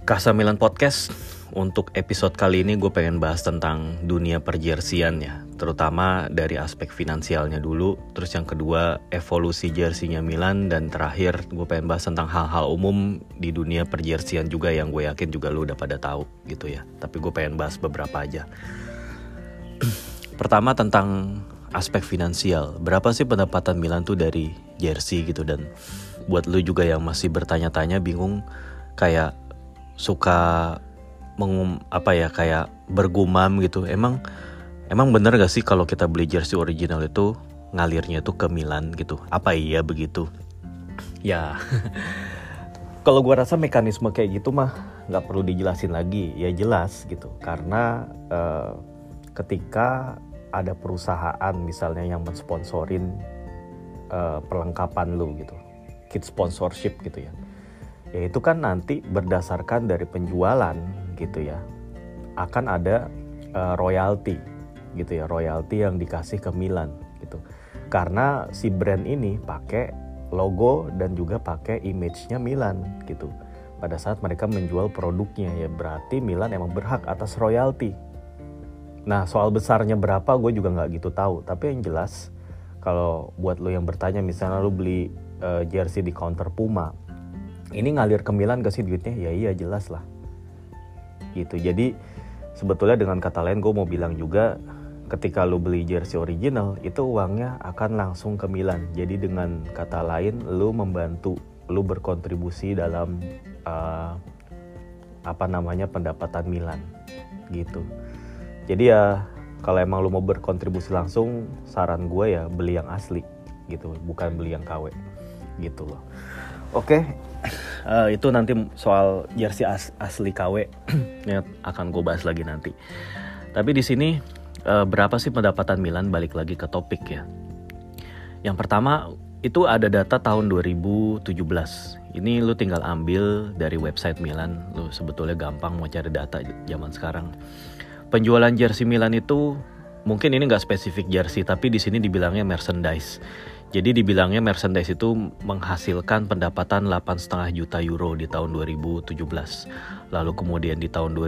Casa Milan Podcast. Untuk episode kali ini gue pengen bahas tentang dunia perjersian ya, terutama dari aspek finansialnya dulu. Terus yang kedua evolusi jersinya Milan, dan terakhir gue pengen bahas tentang hal-hal umum di dunia perjersian juga yang gue yakin juga lu udah pada tahu gitu ya. Tapi gue pengen bahas beberapa aja. Pertama tentang aspek finansial, berapa sih pendapatan Milan tuh dari jersey gitu. Dan buat lu juga yang masih bertanya-tanya bingung, kayak suka kayak bergumam gitu. Emang bener gak sih kalau kita beli jersey original itu ngalirnya itu ke Milan gitu? Apa iya begitu? Ya, kalau gue rasa mekanisme kayak gitu mah nggak perlu dijelasin lagi. Ya jelas gitu, karena ketika ada perusahaan misalnya yang mensponsorin perlengkapan lu gitu, kit sponsorship gitu ya. Ya itu kan nanti berdasarkan dari penjualan gitu ya, akan ada royalti gitu ya, royalti yang dikasih ke Milan gitu. Karena si brand ini pakai logo dan juga pakai image-nya Milan gitu. Pada saat mereka menjual produknya, ya berarti Milan emang berhak atas royalti. Nah soal besarnya berapa gue juga nggak gitu tahu. Tapi yang jelas kalau buat lo yang bertanya, misalnya lo beli jersey di counter Puma, ini ngalir ke Milan gak sih duitnya? Ya iya jelas lah gitu. Jadi sebetulnya dengan kata lain gue mau bilang juga, ketika lu beli jersey original itu uangnya akan langsung ke Milan. Jadi dengan kata lain lu membantu, lu berkontribusi dalam pendapatan Milan gitu. Jadi ya kalau emang lu mau berkontribusi langsung, saran gue ya beli yang asli gitu, bukan beli yang KW gitu loh. Oke. Itu nanti soal jersey asli KW yang akan gue bahas lagi nanti. Tapi di sini berapa sih pendapatan Milan? Balik lagi ke topik ya. Yang pertama itu ada data tahun 2017. Ini lu tinggal ambil dari website Milan. Lu sebetulnya gampang mau cari data zaman sekarang. Penjualan jersey Milan itu mungkin ini nggak spesifik jersey, tapi di sini dibilangnya merchandise. Jadi dibilangnya merchandise itu menghasilkan pendapatan 8,5 juta euro di tahun 2017. Lalu kemudian di tahun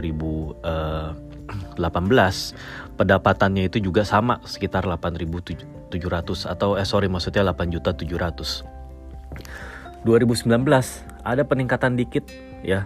2018 pendapatannya itu juga sama, sekitar 8.700 atau maksudnya 8.700.000. 2019 ada peningkatan dikit ya,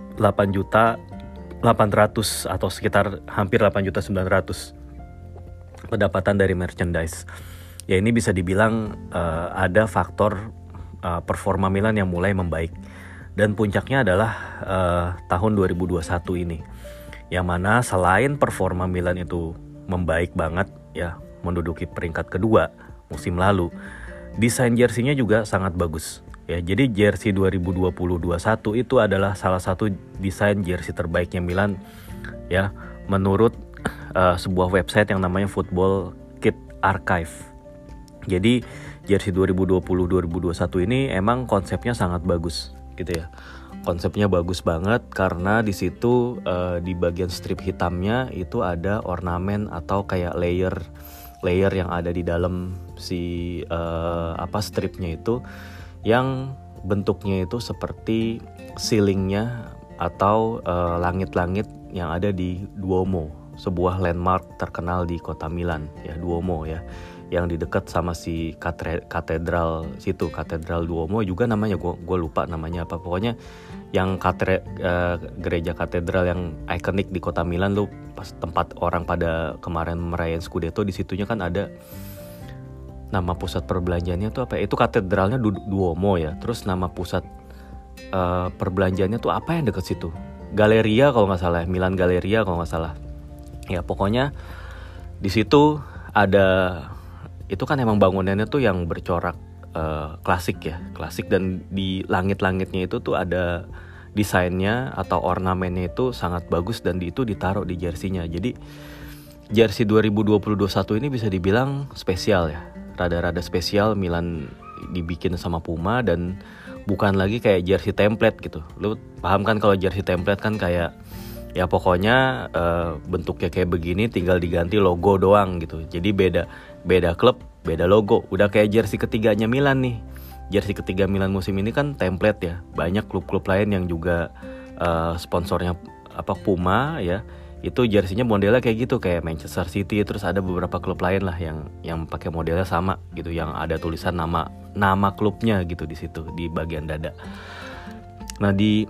8.800.000 atau sekitar hampir 8.900.000 pendapatan dari merchandise. Ya ini bisa dibilang ada faktor performa Milan yang mulai membaik. Dan puncaknya adalah tahun 2021 ini, yang mana selain performa Milan itu membaik banget ya, menduduki peringkat kedua musim lalu, desain jersey-nya juga sangat bagus ya. Jadi jersey 2020-21 itu adalah salah satu desain jersey terbaiknya Milan ya, menurut sebuah website yang namanya Football Kit Archive. Jadi jersey 2020-2021 ini emang konsepnya sangat bagus gitu ya. Konsepnya bagus banget karena di situ di bagian strip hitamnya itu ada ornamen atau kayak layer yang ada di dalam si stripnya itu, yang bentuknya itu seperti ceilingnya atau langit-langit yang ada di Duomo, sebuah landmark terkenal di kota Milan ya, Duomo ya, yang di dekat sama si katedral situ, katedral Duomo juga namanya, gue lupa namanya apa. Pokoknya yang gereja katedral yang ikonik di kota Milan, lu pas tempat orang pada kemarin merayain Scudetto, di situnya kan ada nama pusat perbelanjaannya tuh apa? Itu katedralnya Duomo ya. Terus nama pusat perbelanjaannya tuh apa yang dekat situ? Galleria kalau nggak salah, Milan Galleria kalau nggak salah. Ya pokoknya di situ ada, itu kan emang bangunannya tuh yang bercorak klasik ya, klasik, dan di langit-langitnya itu tuh ada desainnya atau ornamennya itu sangat bagus, dan itu ditaruh di jersey-nya. Jadi jersey 2020-21 ini bisa dibilang spesial ya, rada-rada spesial. Milan dibikin sama Puma dan bukan lagi kayak jersey template gitu. Lu paham kan kalau jersey template kan kayak ya pokoknya bentuknya kayak begini, tinggal diganti logo doang gitu. Jadi beda klub, beda logo. Udah kayak jersey ketiganya Milan nih. Jersey ketiga Milan musim ini kan template ya. Banyak klub-klub lain yang juga sponsornya Puma ya, itu jersinya modelnya kayak gitu, kayak Manchester City. Terus ada beberapa klub lain lah yang pakai modelnya sama gitu, yang ada tulisan nama klubnya gitu di situ di bagian dada. Nah di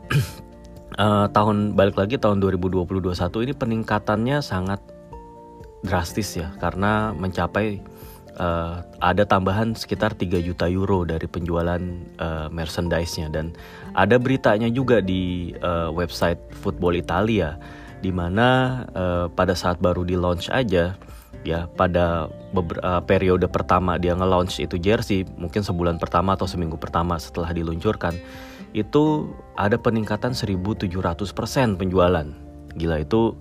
balik lagi tahun 2020-2021 ini peningkatannya sangat drastis ya, karena mencapai ada tambahan sekitar 3 juta euro dari penjualan merchandise-nya. Dan ada beritanya juga di website Football Italia, di mana pada saat baru di launch aja ya, pada periode pertama dia nge-launch itu jersey, mungkin sebulan pertama atau seminggu pertama setelah diluncurkan, itu ada peningkatan 1.700% penjualan. Gila, itu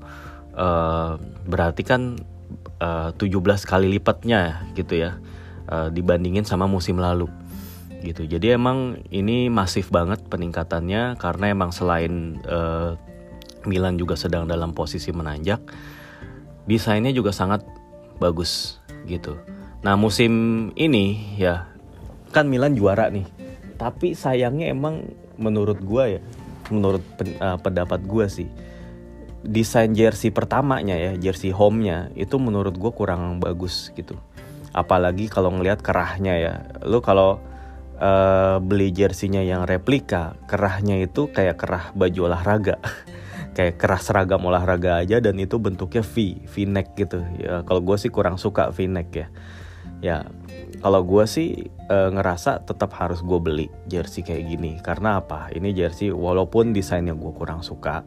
berarti kan 17 kali lipatnya gitu ya, dibandingin sama musim lalu gitu. Jadi emang ini masif banget peningkatannya, karena emang selain Milan juga sedang dalam posisi menanjak, desainnya juga sangat bagus gitu. Nah musim ini ya kan Milan juara nih, tapi sayangnya emang menurut pendapat gue sih, desain jersey pertamanya ya, jersey home-nya itu menurut gue kurang bagus gitu. Apalagi kalau ngelihat kerahnya ya, lu kalau beli jersey-nya yang replika, kerahnya itu kayak kerah baju olahraga kayak kerah seragam olahraga aja, dan itu bentuknya V-neck gitu ya. Kalau gue sih kurang suka V-neck ya. Kalau gue sih ngerasa tetap harus gue beli jersey kayak gini. Karena apa? Ini jersey walaupun desainnya gue kurang suka,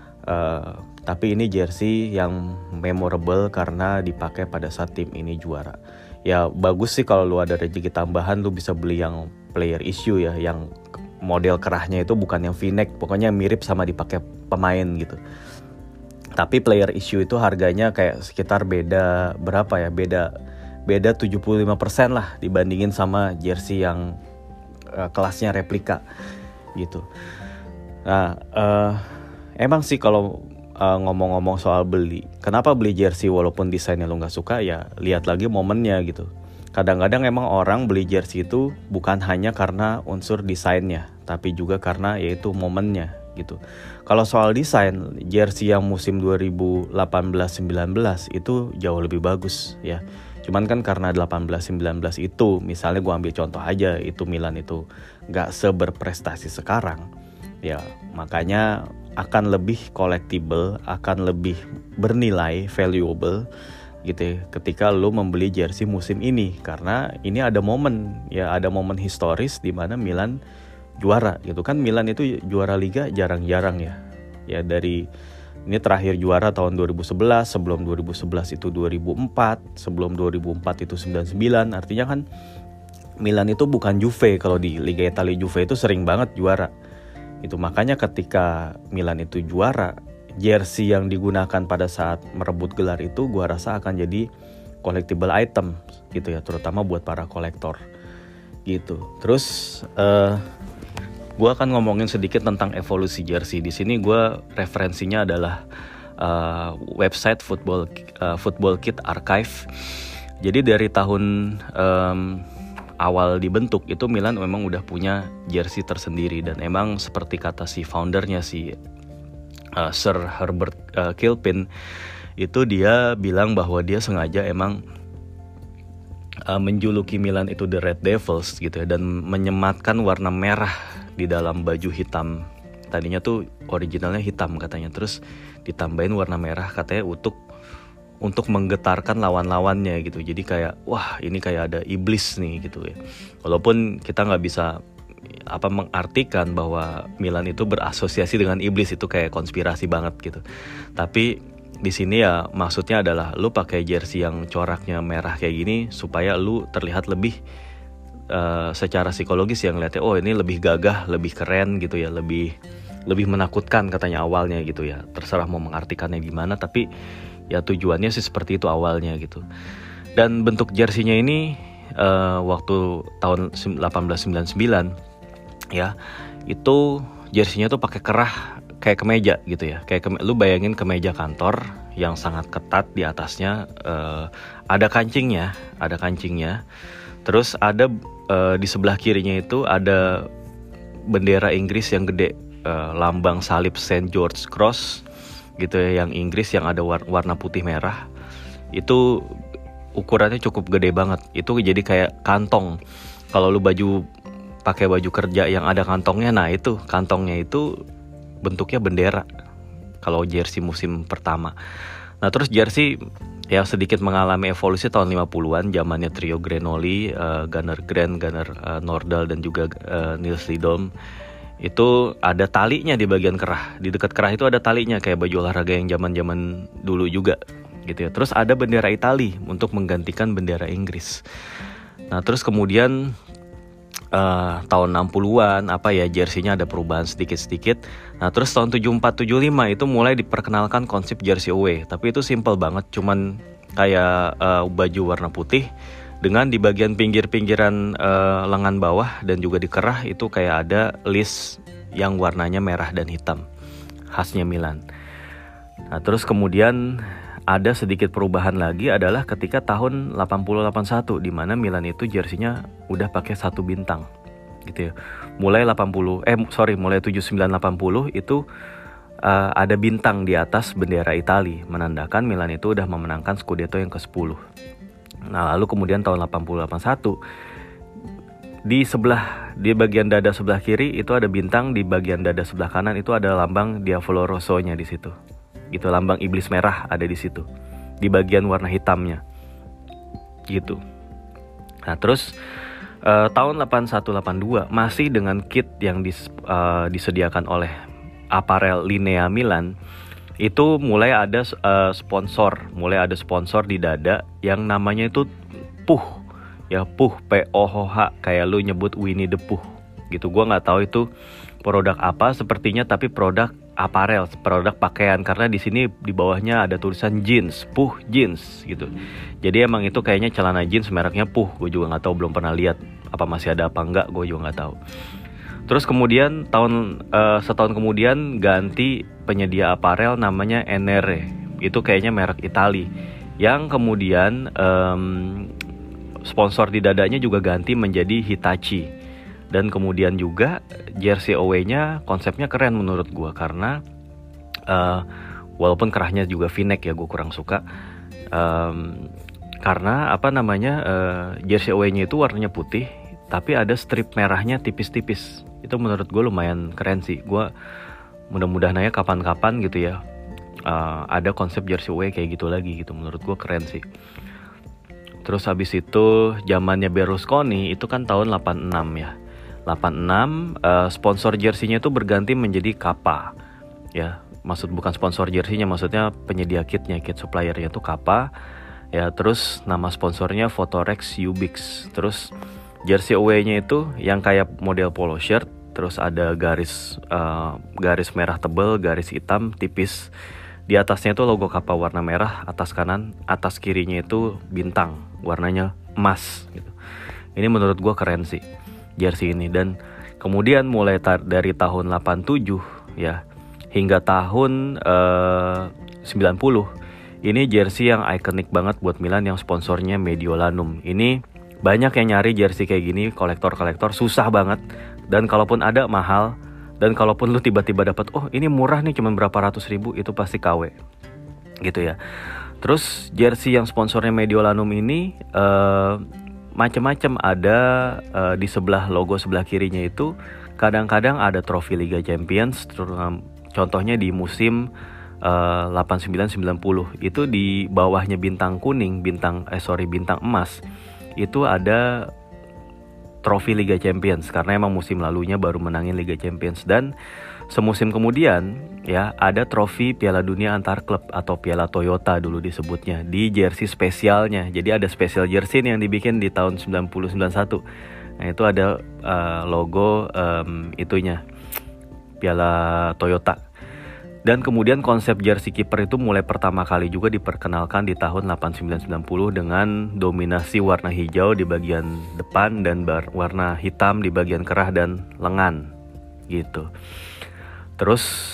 tapi ini jersey yang memorable karena dipakai pada saat tim ini juara. Ya bagus sih kalau lu ada rezeki tambahan, lu bisa beli yang player issue ya, yang model kerahnya itu bukan yang V-neck, pokoknya mirip sama dipakai pemain gitu. Tapi player issue itu harganya kayak sekitar beda berapa ya? Beda 75% lah dibandingin sama jersey yang kelasnya replika gitu. Nah, emang sih kalau ngomong-ngomong soal beli, kenapa beli jersey walaupun desainnya lo nggak suka, ya lihat lagi momennya gitu. Kadang-kadang emang orang beli jersey itu bukan hanya karena unsur desainnya, tapi juga karena yaitu momennya gitu. Kalau soal desain, jersey yang musim 2018-19 itu jauh lebih bagus ya. Cuman kan karena 18-19 itu, misalnya gue ambil contoh aja, itu Milan itu nggak seberprestasi sekarang ya, makanya akan lebih collectible, akan lebih bernilai, valuable gitu ya, ketika lo membeli jersey musim ini. Karena ini ada momen historis di mana Milan juara gitu kan. Milan itu juara Liga jarang-jarang ya dari ini terakhir juara tahun 2011, sebelum 2011 itu 2004, sebelum 2004 itu 99. Artinya kan Milan itu bukan Juve. Kalau di Liga Italia Juve itu sering banget juara. Itu makanya ketika Milan itu juara, jersey yang digunakan pada saat merebut gelar itu gua rasa akan jadi collectible item gitu ya, terutama buat para kolektor gitu. Terus gua akan ngomongin sedikit tentang evolusi jersey. Di sini gua referensinya adalah website Football Kit Archive. Jadi dari tahun awal dibentuk itu Milan memang udah punya jersey tersendiri, dan emang seperti kata si foundernya, si Sir Herbert Kilpin, itu dia bilang bahwa dia sengaja emang menjuluki Milan itu The Red Devils gitu ya, dan menyematkan warna merah di dalam baju hitam. Tadinya tuh originalnya hitam katanya, terus ditambahin warna merah katanya untuk menggetarkan lawan-lawannya gitu. Jadi kayak wah ini kayak ada iblis nih gitu ya. Walaupun kita nggak bisa mengartikan bahwa Milan itu berasosiasi dengan iblis, itu kayak konspirasi banget gitu. Tapi di sini ya maksudnya adalah lu pakai jersey yang coraknya merah kayak gini supaya lu terlihat lebih secara psikologis yang ngeliatnya oh ini lebih gagah, lebih keren gitu ya, lebih menakutkan katanya awalnya gitu ya. Terserah mau mengartikannya gimana, tapi ya tujuannya sih seperti itu awalnya gitu. Dan bentuk jersey-nya ini waktu tahun 1899 ya, itu jersey-nya tuh pakai kerah kayak kemeja gitu ya. Lu bayangin kemeja kantor yang sangat ketat, di atasnya ada kancingnya. Terus ada di sebelah kirinya itu ada bendera Inggris yang gede, lambang salib Saint George Cross gitu ya, yang Inggris yang ada warna putih merah. Itu ukurannya cukup gede banget. Itu jadi kayak kantong. Kalau lu pakai baju kerja yang ada kantongnya, nah itu kantongnya itu bentuknya bendera. Kalau jersey musim pertama. Nah terus jersey ya sedikit mengalami evolusi tahun 50-an, zamannya trio Granoli, Gunnar Grant, Gunnar Nordahl dan juga Nils Lidholm. Itu ada talinya di bagian kerah. Di dekat kerah itu ada talinya kayak baju olahraga yang zaman-zaman dulu juga gitu ya. Terus ada bendera Itali untuk menggantikan bendera Inggris. Nah, terus kemudian tahun 60-an jersey-nya ada perubahan sedikit-sedikit. Nah, terus tahun 74 75 itu mulai diperkenalkan konsep jersey away, tapi itu simple banget, cuman kayak baju warna putih dengan di bagian pinggiran lengan bawah dan juga di kerah itu kayak ada list yang warnanya merah dan hitam, khasnya Milan. Nah, terus kemudian ada sedikit perubahan lagi adalah ketika tahun 80-81 di mana Milan itu jersinya udah pakai 1 bintang gitu ya. Mulai 79-80 itu ada bintang di atas bendera Italia, menandakan Milan itu udah memenangkan Scudetto yang ke-10. Nah, lalu kemudian tahun 80-81 di bagian dada sebelah kiri itu ada bintang, di bagian dada sebelah kanan itu ada lambang Diavolo Rosso-nya di situ. Gitu, lambang iblis merah ada di situ. Di bagian warna hitamnya. Gitu. Nah, terus tahun 81-82 masih dengan kit yang disediakan oleh Apparel Linea Milan, itu mulai ada sponsor di dada yang namanya itu Puh, ya Puh, P-O-H, kayak lu nyebut Winnie the Pooh gitu. Gua nggak tahu itu produk apa sepertinya, tapi produk apparel, produk pakaian, karena di sini di bawahnya ada tulisan jeans, Puh jeans gitu. Jadi emang itu kayaknya celana jeans mereknya Puh. Gue juga nggak tahu, belum pernah lihat apa masih ada apa enggak, gue juga nggak tahu. Terus kemudian setahun kemudian ganti penyedia aparel namanya Enere. Itu kayaknya merek Itali. Yang kemudian sponsor di dadanya juga ganti menjadi Hitachi. Dan kemudian juga jersey away-nya konsepnya keren menurut gue, karena walaupun kerahnya juga V-neck ya, gue kurang suka. Karena jersey away-nya itu warnanya putih, tapi ada strip merahnya tipis-tipis. Itu menurut gue lumayan keren sih. Gue mudah-mudahan aja kapan-kapan gitu ya ada konsep jersey away kayak gitu lagi gitu. Menurut gue keren sih. Terus habis itu zamannya Berlusconi itu kan tahun 86 ya. 86 sponsor jersey-nya itu berganti menjadi Kappa. Ya, bukan sponsor jersey-nya, maksudnya penyedia kitnya, kit suppliernya itu Kappa. Ya, terus nama sponsornya Photorex Ubix. Terus jersey away-nya itu yang kayak model polo shirt, terus ada garis merah tebal, garis hitam tipis. Di atasnya itu logo Kappa warna merah, atas kanan, atas kirinya itu bintang, warnanya emas gitu. Ini menurut gue keren sih jersey ini. Dan kemudian mulai dari tahun 87 ya hingga tahun 90, ini jersey yang ikonik banget buat Milan yang sponsornya Mediolanum. Ini banyak yang nyari jersey kayak gini, kolektor susah banget. Dan kalaupun ada mahal. Dan kalaupun lu tiba-tiba dapat, oh ini murah nih cuma berapa ratus ribu, itu pasti KW gitu ya. Terus jersey yang sponsornya Mediolanum ini macam-macam ada. Di sebelah logo sebelah kirinya itu kadang-kadang ada trofi Liga Champions. Contohnya di musim 89-90 itu di bawahnya bintang kuning, bintang emas itu ada trofi Liga Champions, karena emang musim lalunya baru menangin Liga Champions. Dan semusim kemudian ya ada trofi Piala Dunia antar klub atau Piala Toyota dulu disebutnya, di jersey spesialnya. Jadi ada special jersey yang dibikin di tahun 90-91. Nah itu ada logo itunya Piala Toyota. Dan kemudian konsep jersey kiper itu mulai pertama kali juga diperkenalkan di tahun 89-90 dengan dominasi warna hijau di bagian depan dan warna hitam di bagian kerah dan lengan gitu. Terus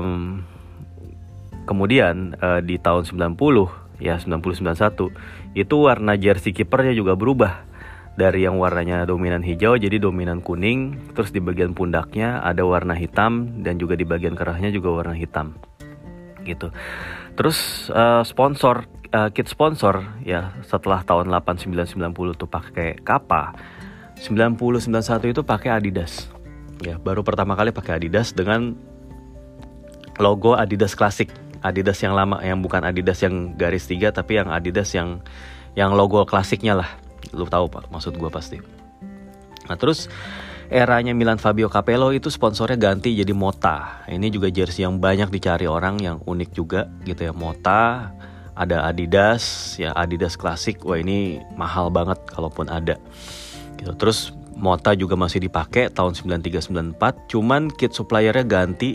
kemudian di tahun 90 ya 90-91 itu warna jersey kipernya juga berubah dari yang warnanya dominan hijau jadi dominan kuning, terus di bagian pundaknya ada warna hitam dan juga di bagian kerahnya juga warna hitam gitu. Terus kit sponsor ya setelah tahun 89-90 tuh pakai Kappa, 90-91 itu pakai Adidas. Ya, baru pertama kali pakai Adidas dengan logo Adidas klasik, Adidas yang lama, yang bukan Adidas yang garis 3 tapi yang Adidas yang logo klasiknya lah. Lu tahu Pak maksud gue pasti. Nah terus eranya Milan Fabio Capello itu sponsornya ganti jadi Motta. Ini juga jersey yang banyak dicari orang, yang unik juga gitu ya. Motta, ada Adidas ya, Adidas klasik. Wah ini mahal banget kalaupun ada gitu. Terus Motta juga masih dipakai tahun 93-94. Cuman kit suppliernya ganti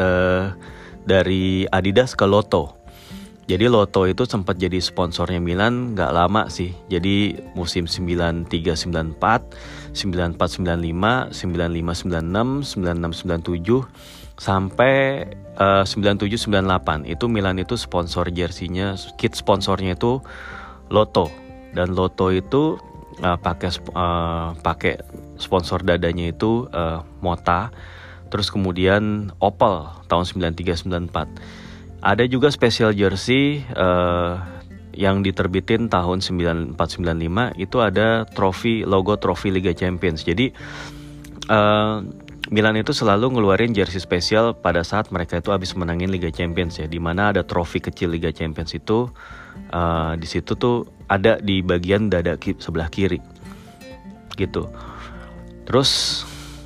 dari Adidas ke Lotto. Jadi Lotto itu sempat jadi sponsornya Milan gak lama sih. Jadi musim 93-94, 94-95, 95-96, 96-97 sampai 97-98 itu Milan itu sponsor jersinya, kit sponsornya itu Lotto. Dan Lotto itu pakai sponsor dadanya itu Motta. Terus kemudian Opel tahun 93-94. Ada juga special jersey yang diterbitin tahun 94-95 itu ada logo trofi Liga Champions. Jadi Milan itu selalu ngeluarin jersey spesial pada saat mereka itu habis menangin Liga Champions ya, di mana ada trofi kecil Liga Champions itu di situ tuh ada di bagian dada sebelah kiri gitu. Terus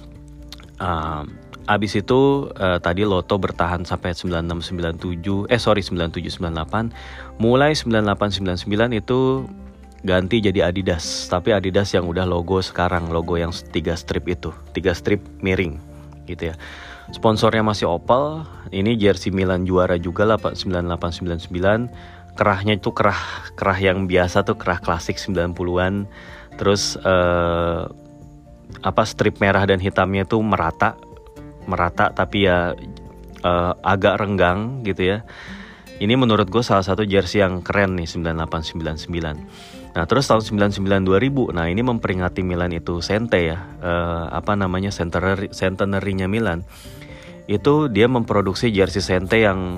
abis itu tadi Lotto bertahan sampai 96-97, 97-98. Mulai 98-99 itu ganti jadi Adidas. Tapi Adidas yang udah logo sekarang, logo yang 3 strip itu, 3 strip miring gitu ya. Sponsornya masih Opel. Ini jersey Milan juara juga lah Pak, 98-99. Kerahnya itu kerah yang biasa tuh, kerah klasik 90-an. Terus strip merah dan hitamnya itu merata tapi ya agak renggang gitu ya. Ini menurut gue salah satu jersey yang keren nih 98-99. Nah terus tahun 99-2000, nah ini memperingati Milan itu Sente ya, centenary-nya Milan. Itu dia memproduksi jersey Sente yang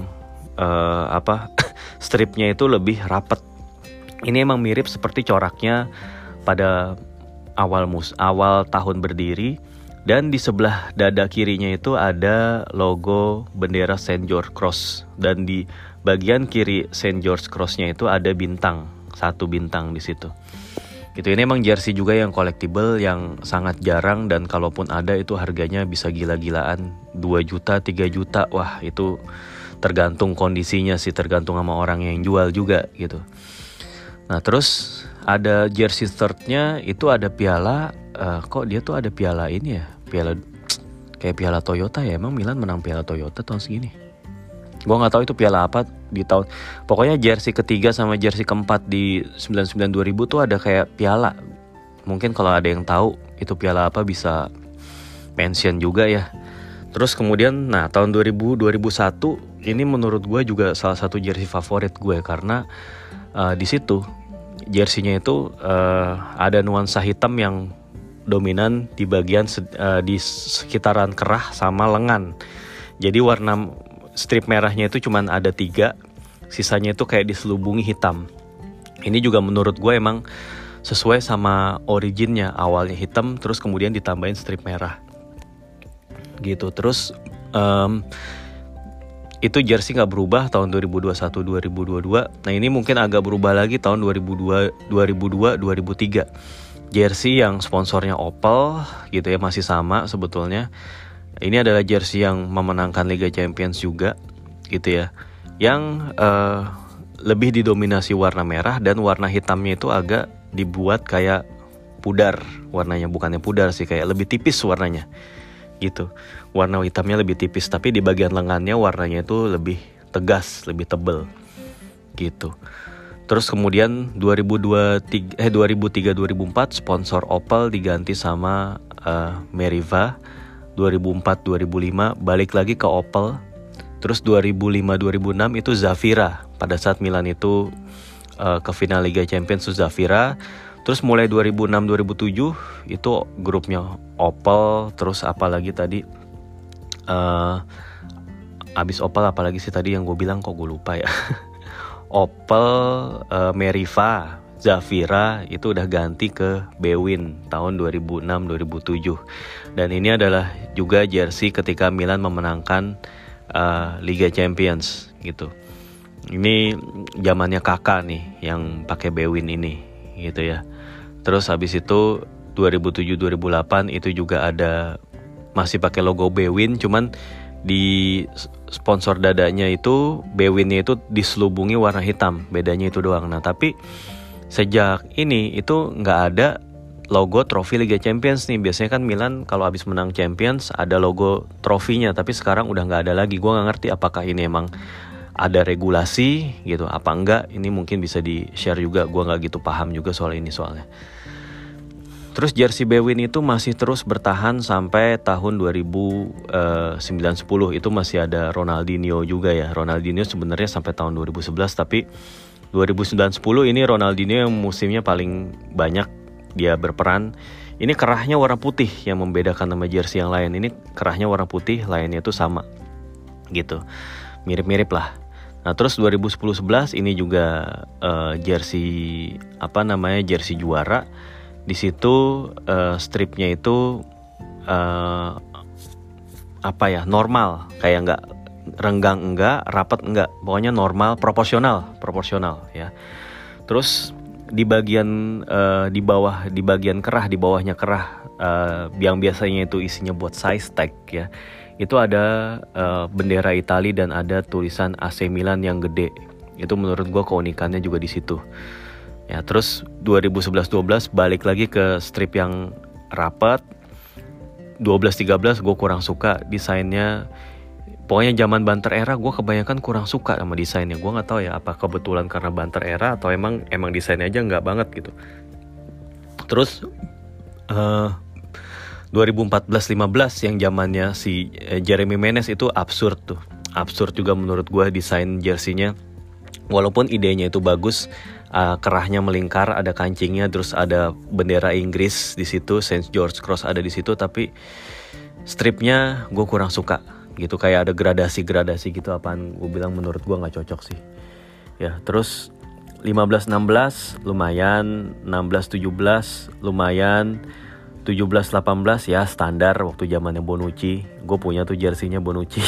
stripnya itu lebih rapet. Ini emang mirip seperti coraknya pada awal tahun berdiri. Dan di sebelah dada kirinya itu ada logo bendera St. George Cross. Dan di bagian kiri St. George Cross-nya itu ada bintang, 1 bintang di situ. Gitu, ini emang jersey juga yang collectible, yang sangat jarang, dan kalaupun ada itu harganya bisa gila-gilaan, 2 juta, 3 juta. Wah, itu tergantung kondisinya sih, tergantung sama orang yang jual juga gitu. Nah, terus ada jersey third-nya itu ada piala, kok dia tuh ada piala ini ya? Kayak piala Toyota ya. Emang Milan menang piala Toyota tahun segini? Gue nggak tahu itu piala apa di tahun. Pokoknya jersey ketiga sama jersey keempat di 99-2000 tuh ada kayak piala. Mungkin kalau ada yang tahu itu piala apa bisa mention juga ya. Terus kemudian, nah tahun 2000-2001 ini menurut gue juga salah satu jersey favorit gue karena di situ jersey-nya itu ada nuansa hitam yang dominan di bagian di sekitaran kerah sama lengan. Jadi warna strip merahnya itu cuman ada 3, sisanya itu kayak diselubungi hitam. Ini juga menurut gue emang sesuai sama originnya, awalnya hitam terus kemudian ditambahin strip merah gitu. Terus itu jersey nggak berubah tahun 2021-2022. Nah ini mungkin agak berubah lagi tahun 2002-2003. Jersey yang sponsornya Opel gitu ya, masih sama sebetulnya. Ini adalah jersey yang memenangkan Liga Champions juga gitu ya, yang lebih didominasi warna merah dan warna hitamnya itu agak dibuat kayak pudar warnanya. Bukannya pudar sih, kayak lebih tipis warnanya gitu. Warna hitamnya lebih tipis, tapi di bagian lengannya warnanya itu lebih tegas, lebih tebal gitu. Terus kemudian 2003-2004 sponsor Opel diganti sama Meriva. 2004-2005 balik lagi ke Opel. Terus 2005-2006 itu Zafira. Pada saat Milan itu ke final Liga Champions itu Zafira. Terus mulai 2006-2007 itu grupnya Opel, terus apalagi tadi abis Opel apalagi sih tadi yang gue bilang, kok gue lupa ya. Opel, Meriva, Zafira itu udah ganti ke Bewin tahun 2006-2007. Dan ini adalah juga jersey ketika Milan memenangkan Liga Champions gitu. Ini zamannya Kakak nih yang pakai Bewin ini gitu ya. Terus habis itu 2007-2008 itu juga ada masih pakai logo Bewin, cuman di sponsor dadanya itu Bewinnya itu diselubungi warna hitam, bedanya itu doang. Nah tapi sejak ini itu nggak ada logo trofi Liga Champions nih. Biasanya kan Milan kalau habis menang Champions ada logo trofinya, tapi sekarang udah nggak ada lagi. Gue nggak ngerti apakah ini emang ada regulasi gitu apa enggak. Ini mungkin bisa di share juga, gue nggak gitu paham juga soal ini soalnya. Terus jersey Bewin itu masih terus bertahan sampai tahun 2009-10. Itu masih ada Ronaldinho juga ya. Ronaldinho sebenarnya sampai tahun 2011, tapi 2009-10 ini Ronaldinho yang musimnya paling banyak dia berperan. Ini kerahnya warna putih yang membedakan sama jersey yang lain. Ini kerahnya warna putih, lainnya itu sama gitu, mirip-mirip lah. Nah terus 2010-11 ini juga jersey jersey juara. Di situ stripnya itu normal, kayak nggak renggang enggak, rapat enggak, pokoknya normal, proporsional ya. Terus di bagian di bagian kerah, di bawahnya kerah yang biasanya itu isinya buat size tag ya, itu ada bendera Italia dan ada tulisan AC Milan yang gede. Itu menurut gue keunikannya juga di situ. Ya, terus 2011-12 balik lagi ke strip yang rapat. 12-13 gue kurang suka desainnya. Pokoknya zaman Banter era gue kebanyakan kurang suka sama desainnya. Gue nggak tahu ya apa kebetulan karena Banter era atau emang desainnya aja nggak banget gitu. Terus 2014-15 yang zamannya si Jeremy Menez itu absurd tuh. Absurd juga menurut gue desain jersinya. Walaupun idenya itu bagus, kerahnya melingkar, ada kancingnya, terus ada bendera Inggris di situ, Saint George Cross ada di situ, tapi stripnya gue kurang suka gitu, kayak ada gradasi gitu. Apaan gue bilang, menurut gue nggak cocok sih ya. Terus 15-16 lumayan, 16-17 lumayan, 17-18 ya standar waktu zamannya Bonucci. Gue punya tuh jersinya Bonucci.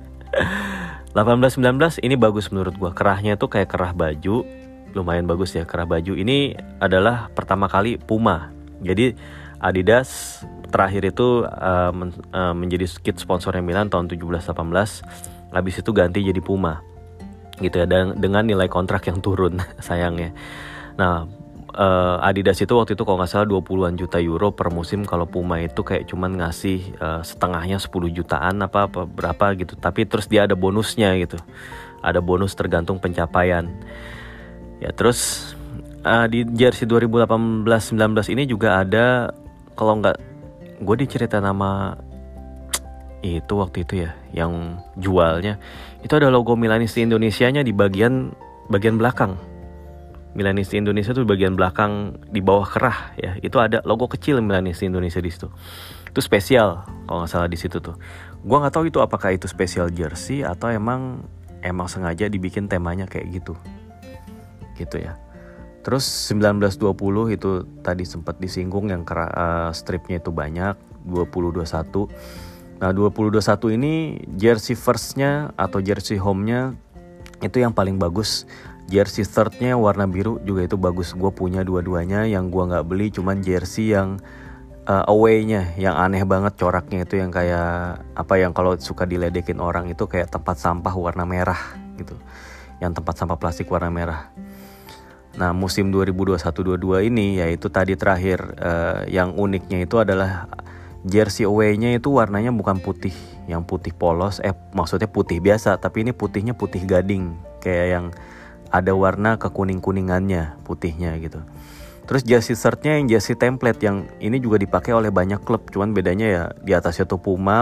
18-19 ini bagus menurut gue, kerahnya tuh kayak kerah baju, lumayan bagus ya kerah baju. Ini adalah pertama kali Puma, jadi Adidas terakhir itu menjadi kit sponsornya Milan tahun 17-18, habis itu ganti jadi Puma gitu ya, dan dengan nilai kontrak yang turun sayangnya. Nah Adidas itu waktu itu kalau nggak salah 20-an juta euro per musim. Kalau Puma itu kayak cuman ngasih setengahnya 10 jutaan apa berapa gitu. Tapi terus dia ada bonusnya gitu. Ada bonus tergantung pencapaian. Ya terus di jersey 2018-19 ini juga ada, kalau nggak, gue diceritain nama itu waktu itu ya, yang jualnya itu ada logo Milanisti Indonesianya di bagian belakang. Milanisti Indonesia tuh bagian belakang di bawah kerah ya, itu ada logo kecil Milanisti Indonesia di situ. Itu spesial kalau nggak salah di situ tuh. Gua nggak tahu itu apakah itu spesial jersey atau emang sengaja dibikin temanya kayak gitu ya. Terus 19-20 itu tadi sempat disinggung yang stripnya itu banyak. 20-21. Nah 20-21 ini jersey firstnya atau jersey home-nya itu yang paling bagus. Jersey third-nya warna biru juga itu bagus. Gue punya dua-duanya. Yang gue gak beli cuman jersey yang away-nya, yang aneh banget coraknya itu, yang kayak yang kalau suka diledekin orang itu kayak tempat sampah warna merah gitu, yang tempat sampah plastik warna merah. Nah musim 2021-22 ini yaitu tadi terakhir, yang uniknya itu adalah jersey away-nya itu warnanya bukan putih, yang putih polos, maksudnya putih biasa, tapi ini putihnya putih gading, kayak yang ada warna kekuning-kuningannya putihnya gitu. Terus jersey shirtnya yang jersey template, yang ini juga dipakai oleh banyak klub, cuman bedanya ya di atasnya tuh Puma,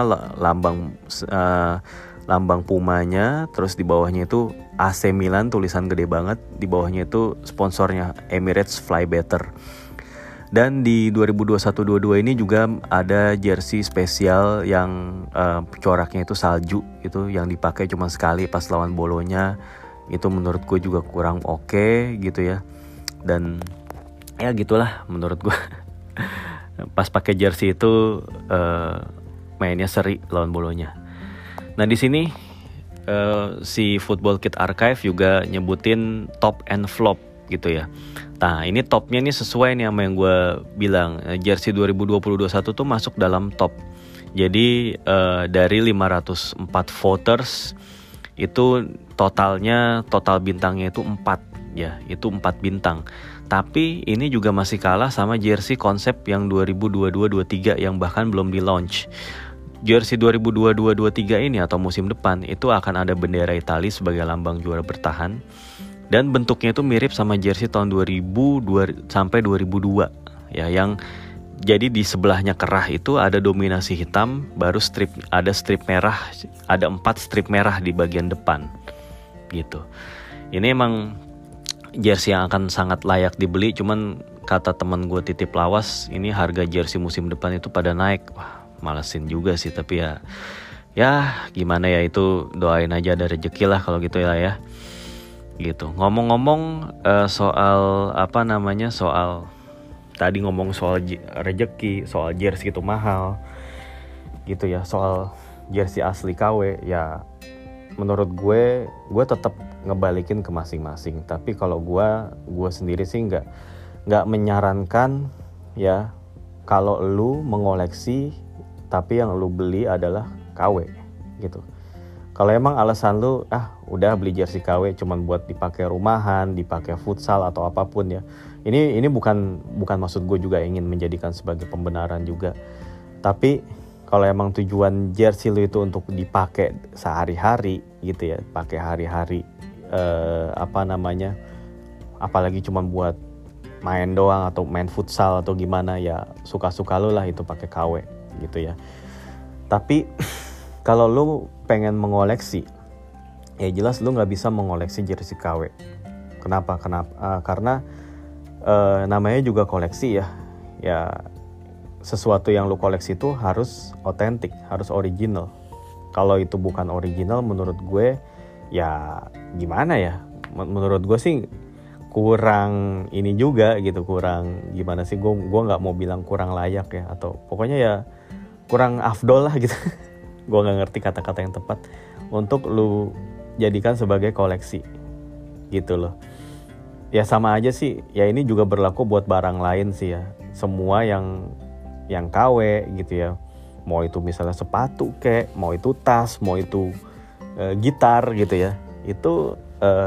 lambang Pumanya, terus di bawahnya itu AC Milan tulisan gede banget, di bawahnya itu sponsornya Emirates Fly Better. Dan di 2021-22 ini juga ada jersey spesial yang coraknya itu salju, itu yang dipakai cuma sekali pas lawan Bolonya. Itu menurut gue juga kurang oke gitu ya. Dan ya gitulah menurut gue. Pas pakai jersey itu mainnya seri lawan Bolonya. Nah di sini si Football Kit Archive juga nyebutin top and flop gitu ya. Nah ini topnya nih sesuai nih sama yang gue bilang, jersey 2020-21 tuh masuk dalam top. Jadi dari 504 voters itu total bintangnya itu 4 ya, itu 4 bintang. Tapi ini juga masih kalah sama jersey konsep yang 2022-23 yang bahkan belum di launch. Jersey 2022-23 ini atau musim depan itu akan ada bendera Italia sebagai lambang juara bertahan. Dan bentuknya itu mirip sama jersey tahun 2000 sampai 2002 ya, yang jadi di sebelahnya kerah itu ada dominasi hitam, baru ada strip merah, ada 4 strip merah di bagian depan gitu. Ini emang jersey yang akan sangat layak dibeli, cuman kata teman gue titip lawas, ini harga jersey musim depan itu pada naik. Wah, malesin juga sih, tapi ya gimana ya, itu doain aja ada rezeki lah kalau gitu ya. Gitu. Ngomong-ngomong soal soal tadi ngomong soal rezeki, soal jersey itu mahal gitu ya, soal jersey asli KW ya, menurut gue tetap ngebalikin ke masing-masing. Tapi kalau gue sendiri sih nggak menyarankan ya kalau lu mengoleksi tapi yang lu beli adalah KW gitu. Kalau emang alasan lu udah beli jersey KW cuman buat dipakai rumahan, dipakai futsal atau apapun ya. Ini bukan maksud gue juga ingin menjadikan sebagai pembenaran juga. Tapi kalau emang tujuan jersey lu itu untuk dipakai sehari-hari gitu ya, pakai hari-hari apalagi cuman buat main doang atau main futsal atau gimana ya, suka-suka lu lah itu pakai KW gitu ya. Tapi kalau lu pengen mengoleksi, ya jelas lu nggak bisa mengoleksi jersey KW. Kenapa? Karena namanya juga koleksi ya. Ya sesuatu yang lu koleksi itu harus otentik, harus original. Kalau itu bukan original, menurut gue ya gimana ya? Menurut gue sih kurang ini juga gitu, kurang gimana sih? Gue nggak mau bilang kurang layak ya, atau pokoknya ya kurang afdol lah gitu. Gue gak ngerti kata-kata yang tepat untuk lu jadikan sebagai koleksi gitu loh. Ya sama aja sih, ya ini juga berlaku buat barang lain sih ya. Semua yang KW gitu ya, mau itu misalnya sepatu kek, mau itu tas, mau itu gitar gitu ya, itu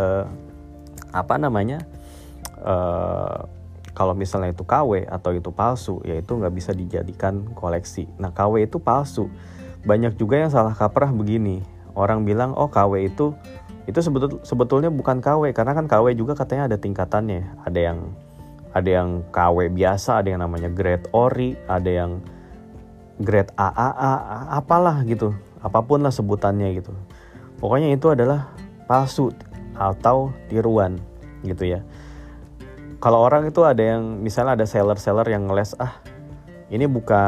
kalau misalnya itu KW atau itu palsu, ya itu gak bisa dijadikan koleksi. Nah KW itu palsu. Banyak juga yang salah kaprah begini. Orang bilang KW itu sebetulnya bukan KW, karena kan KW juga katanya ada tingkatannya. Ada yang KW biasa, ada yang namanya grade ori, ada yang grade AAA, apalah gitu. Apapun lah sebutannya gitu. Pokoknya itu adalah palsu atau tiruan gitu ya. Kalau orang itu ada yang misalnya ada seller yang ngeles ini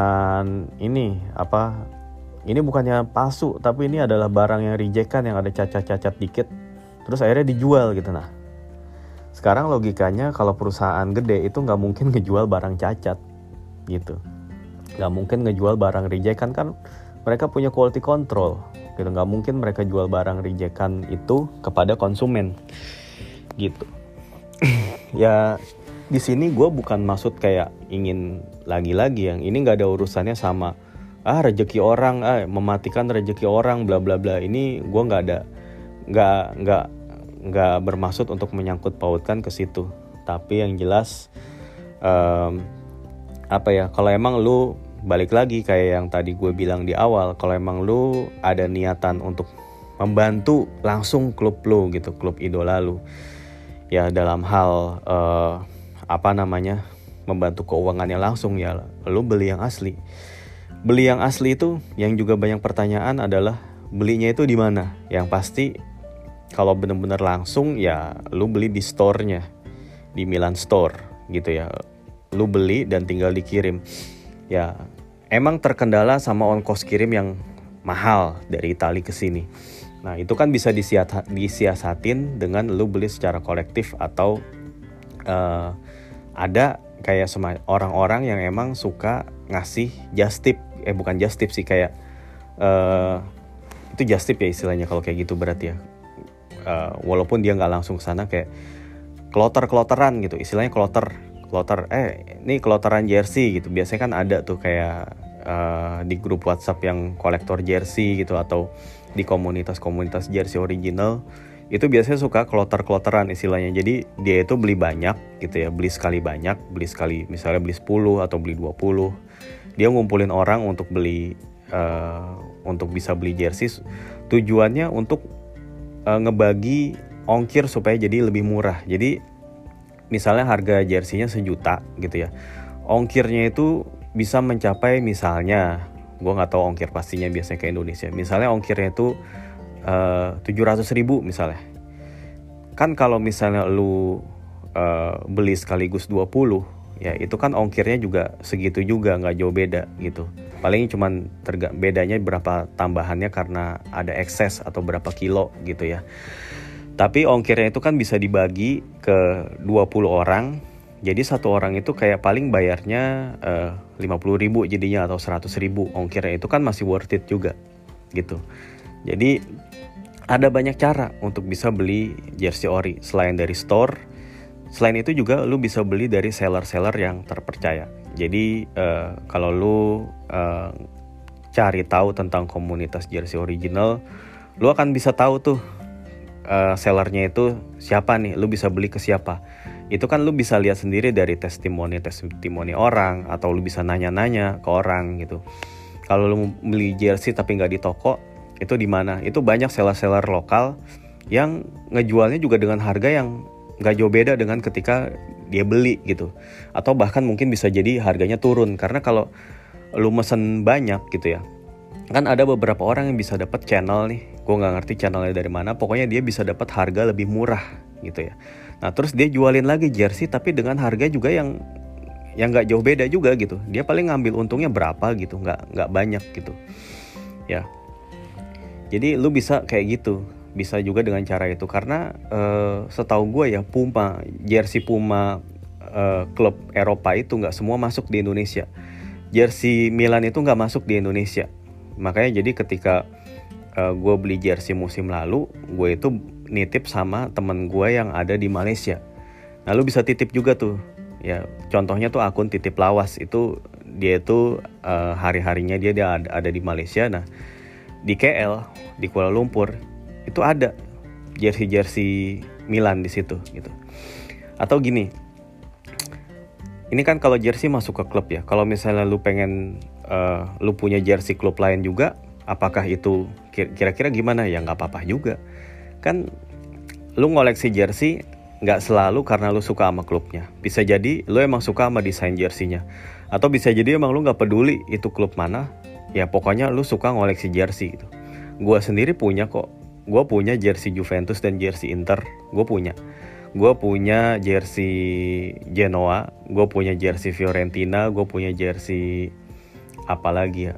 bukannya palsu, tapi ini adalah barang yang rejectan yang ada cacat-cacat dikit, terus akhirnya dijual gitu. Nah sekarang logikanya kalau perusahaan gede itu nggak mungkin ngejual barang cacat gitu, nggak mungkin ngejual barang rejectan, kan mereka punya quality control gitu. Nggak mungkin mereka jual barang rejectan itu kepada konsumen gitu. Ya di sini gue bukan maksud kayak ingin lagi-lagi yang ini nggak ada urusannya sama rezeki orang, mematikan rezeki orang, bla bla bla. Ini gue nggak bermaksud untuk menyangkut pautkan ke situ. Tapi yang jelas kalau emang lu balik lagi kayak yang tadi gue bilang di awal, kalau emang lu ada niatan untuk membantu langsung klub lu gitu, klub idola lu ya, dalam hal membantu keuangannya langsung, ya lu beli yang asli. Beli yang asli itu yang juga banyak pertanyaan adalah belinya itu di mana? Yang pasti kalau benar-benar langsung ya lu beli di store-nya, di Milan Store gitu ya. lu beli dan tinggal dikirim. Ya, emang terkendala sama ongkos kirim yang mahal dari Italia ke sini. Nah, itu kan bisa disiasatin dengan lu beli secara kolektif atau ada kayak orang-orang yang emang suka ngasih just tip, bukan just tip sih, kayak itu just tip ya istilahnya kalau kayak gitu berarti ya. Walaupun dia nggak langsung kesana, kayak kloter-kloteran gitu, istilahnya kloter ini kloteran jersey gitu. Biasanya kan ada tuh kayak di grup WhatsApp yang kolektor jersey gitu, atau di komunitas-komunitas jersey original itu biasanya suka kloter-kloteran istilahnya. Jadi dia itu beli banyak gitu ya, beli sekali misalnya beli 10 atau beli 20. Dia ngumpulin orang untuk beli untuk bisa beli jersey. Tujuannya untuk ngebagi ongkir supaya jadi lebih murah. Jadi misalnya harga jersey-nya 1 juta gitu ya, ongkirnya itu bisa mencapai, misalnya gue nggak tahu ongkir pastinya biasanya ke Indonesia, misalnya ongkirnya itu 700.000 misalnya. Kan kalau misalnya lu beli sekaligus 20, ya itu kan ongkirnya juga segitu juga, nggak jauh beda gitu. Paling cuman bedanya berapa tambahannya karena ada ekses atau berapa kilo gitu ya. Tapi ongkirnya itu kan bisa dibagi ke 20 orang. Jadi satu orang itu kayak paling bayarnya 50.000 jadinya, atau 100.000 ongkirnya. Itu kan masih worth it juga gitu. Jadi ada banyak cara untuk bisa beli jersey ori selain dari store. Selain itu juga lu bisa beli dari seller-seller yang terpercaya. Jadi kalau lu cari tahu tentang komunitas jersey original, lu akan bisa tahu tuh sellernya itu siapa nih, lu bisa beli ke siapa. Itu kan lu bisa lihat sendiri dari testimoni orang, atau lu bisa nanya-nanya ke orang gitu. Kalau lu beli jersey tapi nggak di toko, itu di mana? Itu banyak seller-seller lokal yang ngejualnya juga dengan harga yang nggak jauh beda dengan ketika dia beli gitu. Atau bahkan mungkin bisa jadi harganya turun, karena kalau lu mesen banyak gitu ya, kan ada beberapa orang yang bisa dapat channel nih, gue nggak ngerti channelnya dari mana, pokoknya dia bisa dapat harga lebih murah gitu ya. Nah terus dia jualin lagi jersey tapi dengan harga juga yang nggak jauh beda juga gitu. Dia paling ngambil untungnya berapa gitu, nggak banyak gitu ya. Jadi lu bisa kayak gitu, bisa juga dengan cara itu. Karena setahu gue ya, jersey Puma klub Eropa itu nggak semua masuk di Indonesia. Jersey Milan itu nggak masuk di Indonesia. Makanya jadi ketika gue beli jersey musim lalu, gue itu nitip sama temen gue yang ada di Malaysia. Nah lu bisa titip juga tuh ya. Contohnya tuh akun titip lawas, itu dia itu hari-harinya dia ada di Malaysia. Nah di KL, di Kuala Lumpur itu ada jersey Milan di situ gitu. Atau gini, ini kan kalau jersey masuk ke klub ya. Kalau misalnya lu pengen lu punya jersey klub lain juga, apakah itu kira-kira gimana? Ya nggak apa-apa juga. Kan lu ngoleksi jersey nggak selalu karena lu suka sama klubnya. Bisa jadi lu emang suka sama desain jersey-nya. Atau bisa jadi emang lu nggak peduli itu klub mana. Ya pokoknya lu suka ngoleksi jersey gitu. Gua sendiri punya kok. Gue punya jersey Juventus dan jersey Inter. Gue punya jersey Genoa. Gue punya jersey Fiorentina. Gue punya jersey apa lagi ya?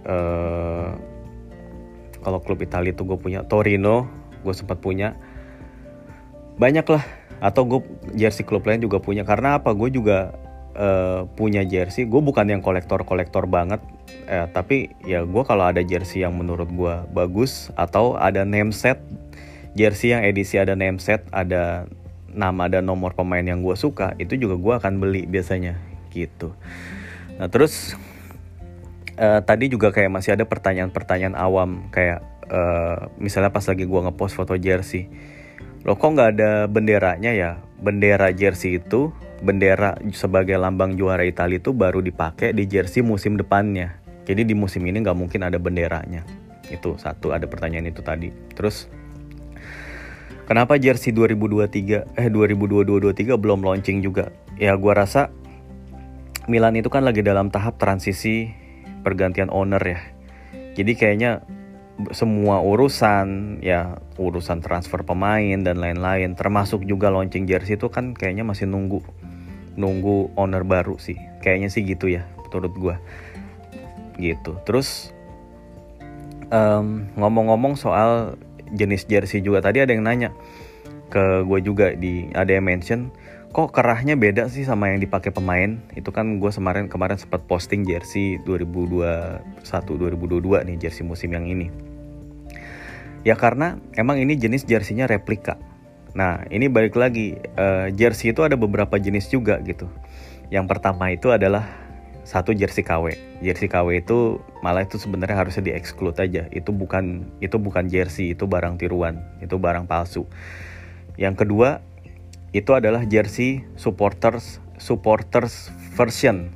Kalau klub Italia itu gue punya Torino. Gue sempat punya. Banyak lah. Atau gue jersey klub lain juga punya. Karena apa? Gue juga punya jersey. Gue bukan yang kolektor banget. Tapi ya gue kalau ada jersey yang menurut gue bagus, atau ada name set jersey yang edisi ada name set, ada nama, ada nomor pemain yang gue suka, itu juga gue akan beli biasanya gitu. Nah terus tadi juga kayak masih ada pertanyaan-pertanyaan awam, kayak misalnya pas lagi gue ngepost foto jersey, loh kok nggak ada benderanya ya? Bendera jersey itu, bendera sebagai lambang juara Italia itu baru dipakai di jersey musim depannya. Jadi di musim ini nggak mungkin ada benderanya. Itu satu, ada pertanyaan itu tadi. Terus kenapa jersey 2022-23 belum launching juga? Ya gua rasa Milan itu kan lagi dalam tahap transisi pergantian owner ya. Jadi kayaknya semua urusan transfer pemain dan lain-lain, termasuk juga launching jersey itu kan kayaknya masih nunggu nunggu owner baru sih, kayaknya sih gitu ya menurut gue gitu. Terus ngomong-ngomong soal jenis jersey juga, tadi ada yang nanya ke gue juga, ada yang mention kok kerahnya beda sih sama yang dipakai pemain. Itu kan gue kemarin sempat posting jersey 2021-2022 nih, jersey musim yang ini. Ya karena emang ini jenis jersey-nya replika. Nah ini balik lagi, jersey itu ada beberapa jenis juga gitu. Yang pertama itu adalah satu jersey KW. Jersey KW itu malah itu sebenarnya harusnya di-exclude aja. Itu bukan jersey, itu barang tiruan, itu barang palsu. Yang kedua itu adalah jersey supporters version,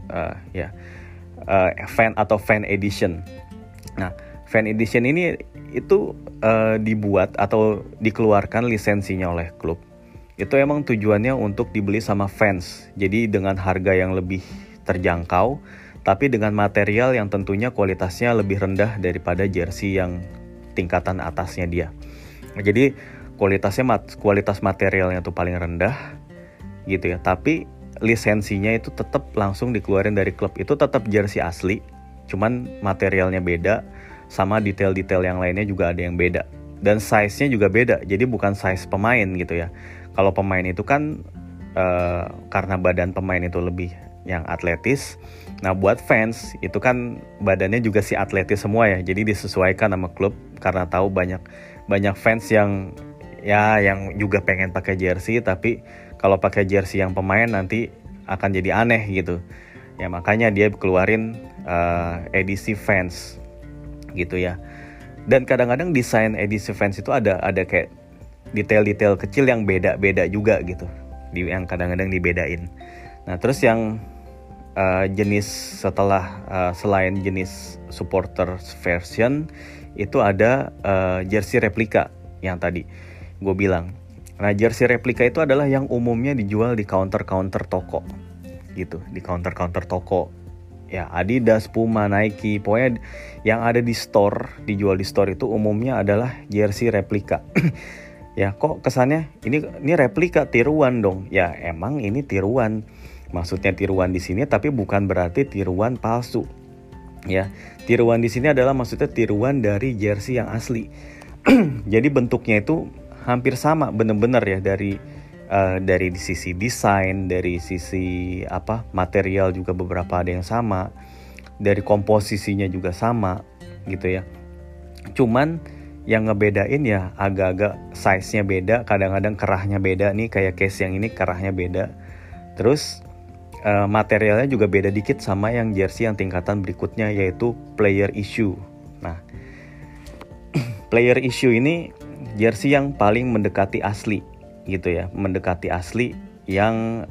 fan edition. Nah, fan edition ini itu dibuat atau dikeluarkan lisensinya oleh klub. Itu emang tujuannya untuk dibeli sama fans. Jadi dengan harga yang lebih terjangkau, tapi dengan material yang tentunya kualitasnya lebih rendah daripada jersey yang tingkatan atasnya dia. Jadi kualitas materialnya tuh paling rendah gitu ya, tapi lisensinya itu tetap langsung dikeluarin dari klub. Itu tetap jersey asli, cuman materialnya beda, sama detail-detail yang lainnya juga ada yang beda, dan size-nya juga beda. Jadi bukan size pemain gitu ya. Kalau pemain itu kan karena badan pemain itu lebih yang atletis, nah buat fans itu kan badannya juga si atletis semua ya, jadi disesuaikan sama klub karena tahu banyak fans yang juga pengen pakai jersey, tapi kalau pakai jersey yang pemain nanti akan jadi aneh gitu ya, makanya dia keluarin edisi fans gitu ya. Dan kadang-kadang desain edisi fans itu ada kayak detail-detail kecil yang beda-beda juga gitu, yang kadang-kadang dibedain. Nah terus yang jenis setelah selain jenis supporters version itu ada jersey replika yang tadi gue bilang. Nah jersey replika itu adalah yang umumnya dijual di counter-counter toko gitu, di counter-counter toko ya, Adidas, Puma, Nike, pokoknya yang ada di store, dijual di store itu umumnya adalah jersey replika. Ya kok kesannya ini replika, tiruan dong. Ya emang ini tiruan. Maksudnya tiruan di sini, tapi bukan berarti tiruan palsu. Ya, tiruan di sini adalah maksudnya tiruan dari jersey yang asli. Jadi bentuknya itu hampir sama, bener-bener ya, dari sisi desain, dari sisi material juga beberapa ada yang sama, dari komposisinya juga sama gitu ya. Cuman yang ngebedain ya agak-agak size-nya beda, kadang-kadang kerahnya beda nih, kayak case yang ini kerahnya beda. Terus materialnya juga beda dikit sama yang jersey yang tingkatan berikutnya, yaitu player issue. Nah, player issue ini jersey yang paling mendekati asli gitu ya, mendekati asli yang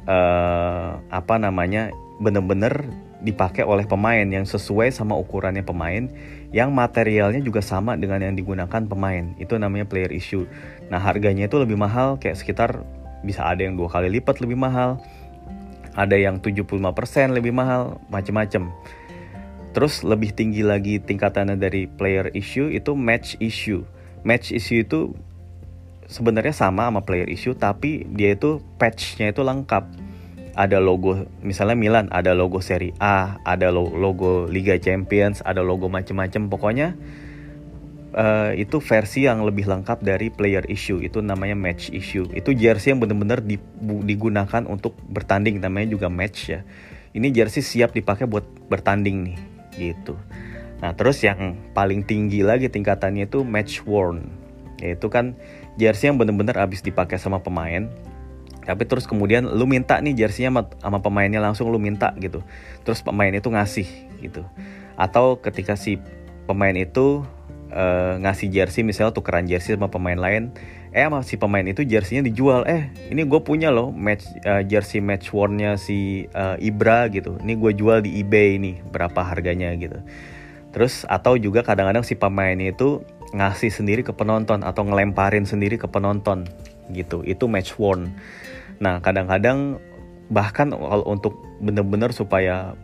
bener-bener dipakai oleh pemain, yang sesuai sama ukurannya pemain, yang materialnya juga sama dengan yang digunakan pemain. Itu namanya player issue. Nah harganya itu lebih mahal, kayak sekitar bisa ada yang 2 kali lipat lebih mahal, ada yang 75% lebih mahal, macam-macam. Terus lebih tinggi lagi tingkatannya dari player issue itu match issue. Match issue itu sebenarnya sama player issue, tapi dia itu patch-nya itu lengkap. Ada logo, misalnya Milan, ada logo Serie A, ada logo Liga Champions, ada logo macam-macam. Pokoknya itu versi yang lebih lengkap dari player issue, itu namanya match issue. Itu jersey yang benar-benar digunakan untuk bertanding, namanya juga match ya. Ini jersey siap dipakai buat bertanding nih gitu. Nah terus yang paling tinggi lagi tingkatannya itu match worn, yaitu kan jersey yang benar-benar habis dipakai sama pemain, tapi terus kemudian lu minta nih jersey-nya sama pemainnya, langsung lu minta gitu, terus pemain itu ngasih gitu. Atau ketika si pemain itu ngasih jersey, misalnya tukeran jersey sama pemain lain, sama si pemain itu jersey-nya dijual, ini gue punya loh jersey match worn-nya si Ibra gitu, ini gue jual di eBay nih, berapa harganya gitu. Terus atau juga kadang-kadang si pemain itu ngasih sendiri ke penonton atau ngelemparin sendiri ke penonton gitu, itu match worn. Nah kadang-kadang bahkan untuk benar-benar supaya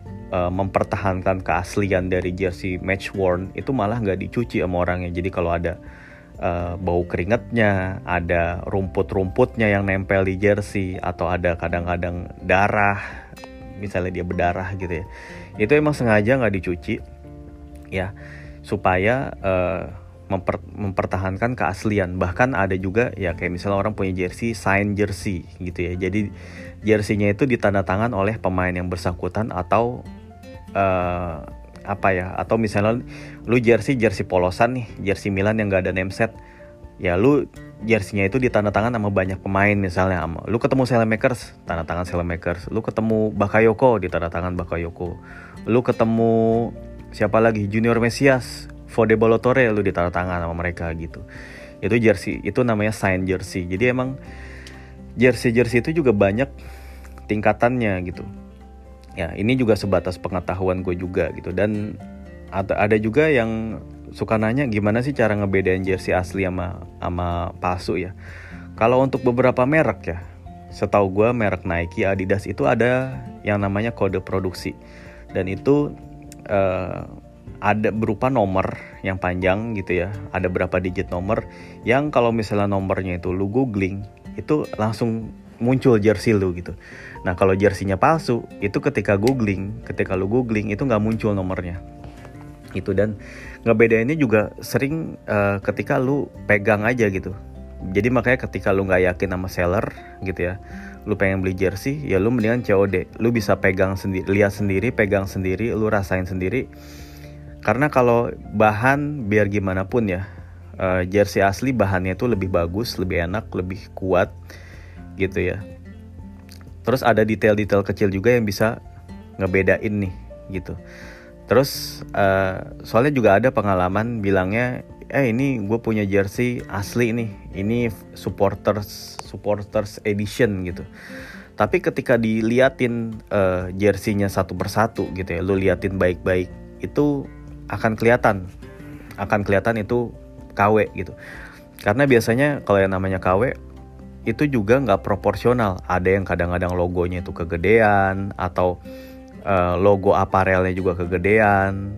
mempertahankan keaslian dari jersey match worn, itu malah nggak dicuci sama orangnya. Jadi kalau ada bau keringatnya, ada rumput-rumputnya yang nempel di jersey, atau ada kadang-kadang darah, misalnya dia berdarah gitu ya. Itu emang sengaja nggak dicuci ya, supaya mempertahankan keaslian. Bahkan ada juga ya kayak misalnya orang punya jersey, sign jersey gitu ya. Jadi jersey-nya itu ditandatangan oleh pemain yang bersangkutan, atau atau misalnya lu jersey polosan nih, jersey Milan yang gak ada name set, ya lu jersey-nya itu ditandatangan sama banyak pemain. Misalnya lu ketemu Saelemaekers, tanda tangan Saelemaekers. Lu ketemu Bakayoko, ditandatangan Bakayoko. Lu ketemu siapa lagi, Junior Mesias, Fode Balotore, lu ditandatangan sama mereka gitu. Itu jersey, itu namanya sign jersey. Jadi emang jersey itu juga banyak tingkatannya gitu. Ya, ini juga sebatas pengetahuan gue juga gitu. Dan ada juga yang suka nanya gimana sih cara ngebedain jersey asli sama palsu ya. Kalau untuk beberapa merek ya, setahu gue merek Nike, Adidas itu ada yang namanya kode produksi. Dan itu ada berupa nomor yang panjang gitu ya. Ada berapa digit nomor yang kalau misalnya nomornya itu lu googling, itu langsung muncul jersey lu gitu. Nah kalau jersey-nya palsu, itu ketika lu googling itu nggak muncul nomornya itu. Dan ngebedainnya juga sering ketika lu pegang aja gitu. Jadi makanya ketika lu nggak yakin sama seller gitu ya, lu pengen beli jersey, ya lu mendingan COD. Lu bisa pegang sendiri, lihat sendiri, pegang sendiri, lu rasain sendiri. Karena kalau bahan biar gimana pun ya, jersey asli bahannya itu lebih bagus, lebih enak, lebih kuat gitu ya. Terus ada detail-detail kecil juga yang bisa ngebedain nih gitu. Terus soalnya juga ada pengalaman bilangnya, ini gue punya jersey asli nih, ini supporters edition gitu. Tapi ketika diliatin jersey-nya satu persatu gitu ya, lu liatin baik-baik, itu akan kelihatan itu KW gitu. Karena biasanya kalau yang namanya KW itu juga nggak proporsional. Ada yang kadang-kadang logonya itu kegedean, atau logo aparelnya juga kegedean.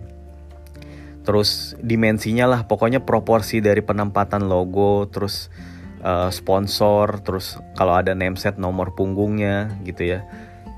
Terus dimensinya lah, pokoknya proporsi dari penempatan logo, terus sponsor, terus kalau ada name set nomor punggungnya gitu ya.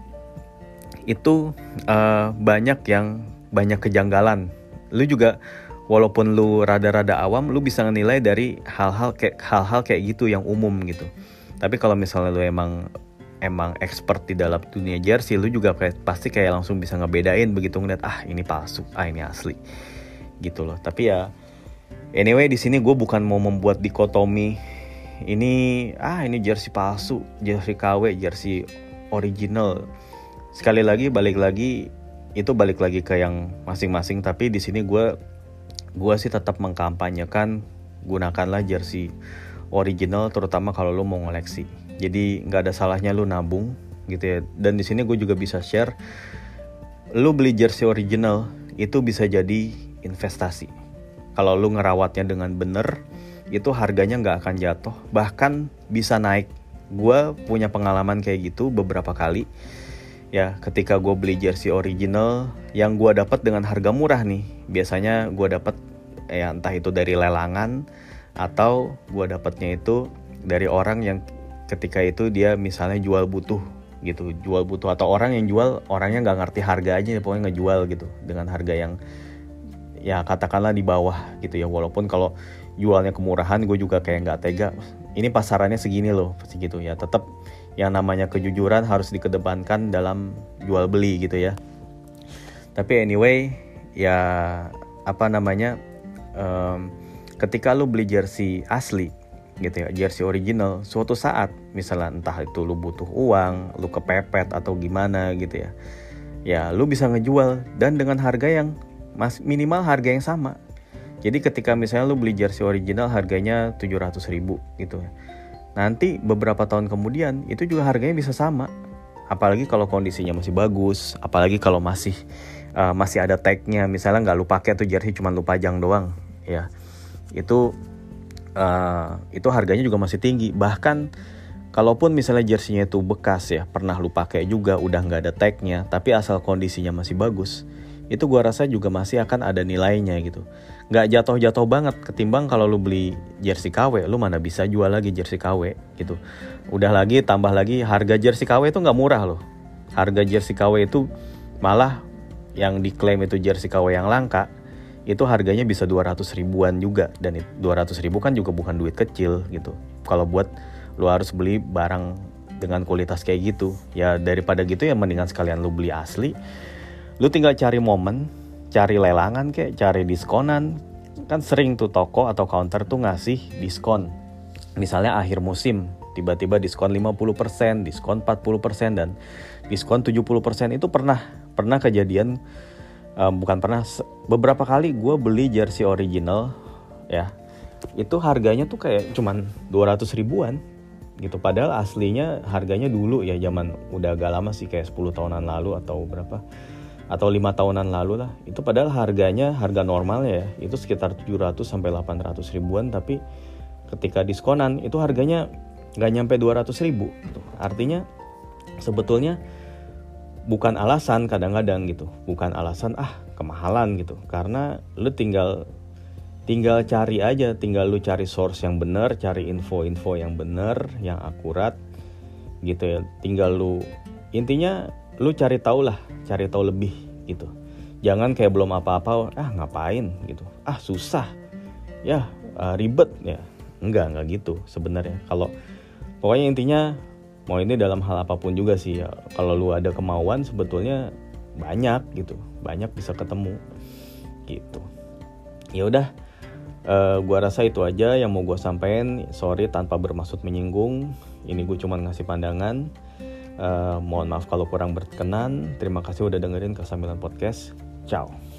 Itu banyak kejanggalan. Lu juga walaupun lu rada-rada awam, lu bisa nilai dari hal-hal kayak gitu yang umum gitu. Tapi kalau misalnya lu emang expert di dalam dunia jersey, lu juga pasti langsung bisa ngebedain begitu ngeliat ini palsu, ini asli gitu loh. Tapi ya anyway, di sini gue bukan mau membuat dikotomi ini jersey palsu, jersey KW, jersey original. Sekali lagi balik lagi ke yang masing-masing. Tapi di sini gue sih tetap mengkampanyekan gunakanlah jersey original, terutama kalau lu mau ngoleksi. Jadi nggak ada salahnya lu nabung gitu ya. Dan di sini gue juga bisa share, lu beli jersey original itu bisa jadi investasi. Kalau lu ngerawatnya dengan bener, itu harganya nggak akan jatuh, bahkan bisa naik. Gue punya pengalaman kayak gitu beberapa kali. Ya, ketika gue beli jersey original yang gue dapat dengan harga murah nih, biasanya gue dapat entah itu dari lelangan, atau gue dapatnya itu dari orang yang ketika itu dia misalnya jual butuh, atau orang yang jual orangnya nggak ngerti harga aja, pokoknya ngejual gitu dengan harga yang ya katakanlah di bawah gitu ya. Walaupun kalau jualnya kemurahan, gue juga kayak nggak tega, ini pasarannya segini loh gitu ya. Tetap yang namanya kejujuran harus dikedepankan dalam jual beli gitu ya. Tapi anyway ya ketika lu beli jersey asli gitu ya, jersey original, suatu saat misalnya entah itu lu butuh uang, lu kepepet atau gimana gitu ya lu bisa ngejual dan dengan harga yang minimal harga yang sama. Jadi ketika misalnya lu beli jersey original harganya 700.000 gitu ya, nanti beberapa tahun kemudian itu juga harganya bisa sama. Apalagi kalau kondisinya masih bagus, apalagi kalau masih ada tagnya, misalnya nggak lu pakai tuh jersey, cuma lu pajang doang ya, itu harganya juga masih tinggi. Bahkan kalaupun misalnya jersey-nya itu bekas ya, pernah lu pakai juga, udah nggak ada tagnya, tapi asal kondisinya masih bagus, itu gua rasa juga masih akan ada nilainya gitu. nggak jatuh-jatuh banget ketimbang kalau lu beli jersey KW, lu mana bisa jual lagi jersey KW gitu. Udah lagi tambah lagi harga jersey KW itu nggak murah loh. Harga jersey KW itu malah yang diklaim itu jersey KW yang langka itu harganya bisa 200 ribuan juga, dan 200 ribu kan juga bukan duit kecil gitu. Kalau buat lu harus beli barang dengan kualitas kayak gitu, ya daripada gitu ya mendingan sekalian lu beli asli. Lu tinggal cari momen, cari lelangan kayak, cari diskonan. Kan sering tuh toko atau counter tuh ngasih diskon. Misalnya akhir musim, tiba-tiba diskon 50%, diskon 40%, dan diskon 70%. Itu pernah kejadian. Bukan pernah, beberapa kali gue beli jersey original ya, itu harganya tuh kayak cuman 200 ribuan gitu, padahal aslinya harganya dulu ya, zaman udah agak lama sih, kayak 10 tahunan lalu atau berapa, atau 5 tahunan lalu lah, itu padahal harganya, harga normalnya ya itu sekitar 700 sampai 800 ribuan, tapi ketika diskonan itu harganya gak nyampe 200 ribu gitu. Artinya sebetulnya bukan alasan, kadang-kadang gitu, bukan alasan kemahalan gitu, karena lu tinggal cari aja, tinggal lu cari source yang benar, cari info-info yang benar, yang akurat gitu ya. Tinggal lu, intinya lu cari tahu lebih gitu. Jangan kayak belum apa-apa, ngapain gitu, susah ya, ribet ya, enggak gitu sebenarnya. Kalau pokoknya intinya, mau ini dalam hal apapun juga sih ya, kalau lu ada kemauan sebetulnya banyak gitu, banyak bisa ketemu gitu. Ya udah, gua rasa itu aja yang mau gua sampaikan. Sorry tanpa bermaksud menyinggung, ini gue cuma ngasih pandangan. Mohon maaf kalau kurang berkenan. Terima kasih udah dengerin Kesamilan Podcast. Ciao.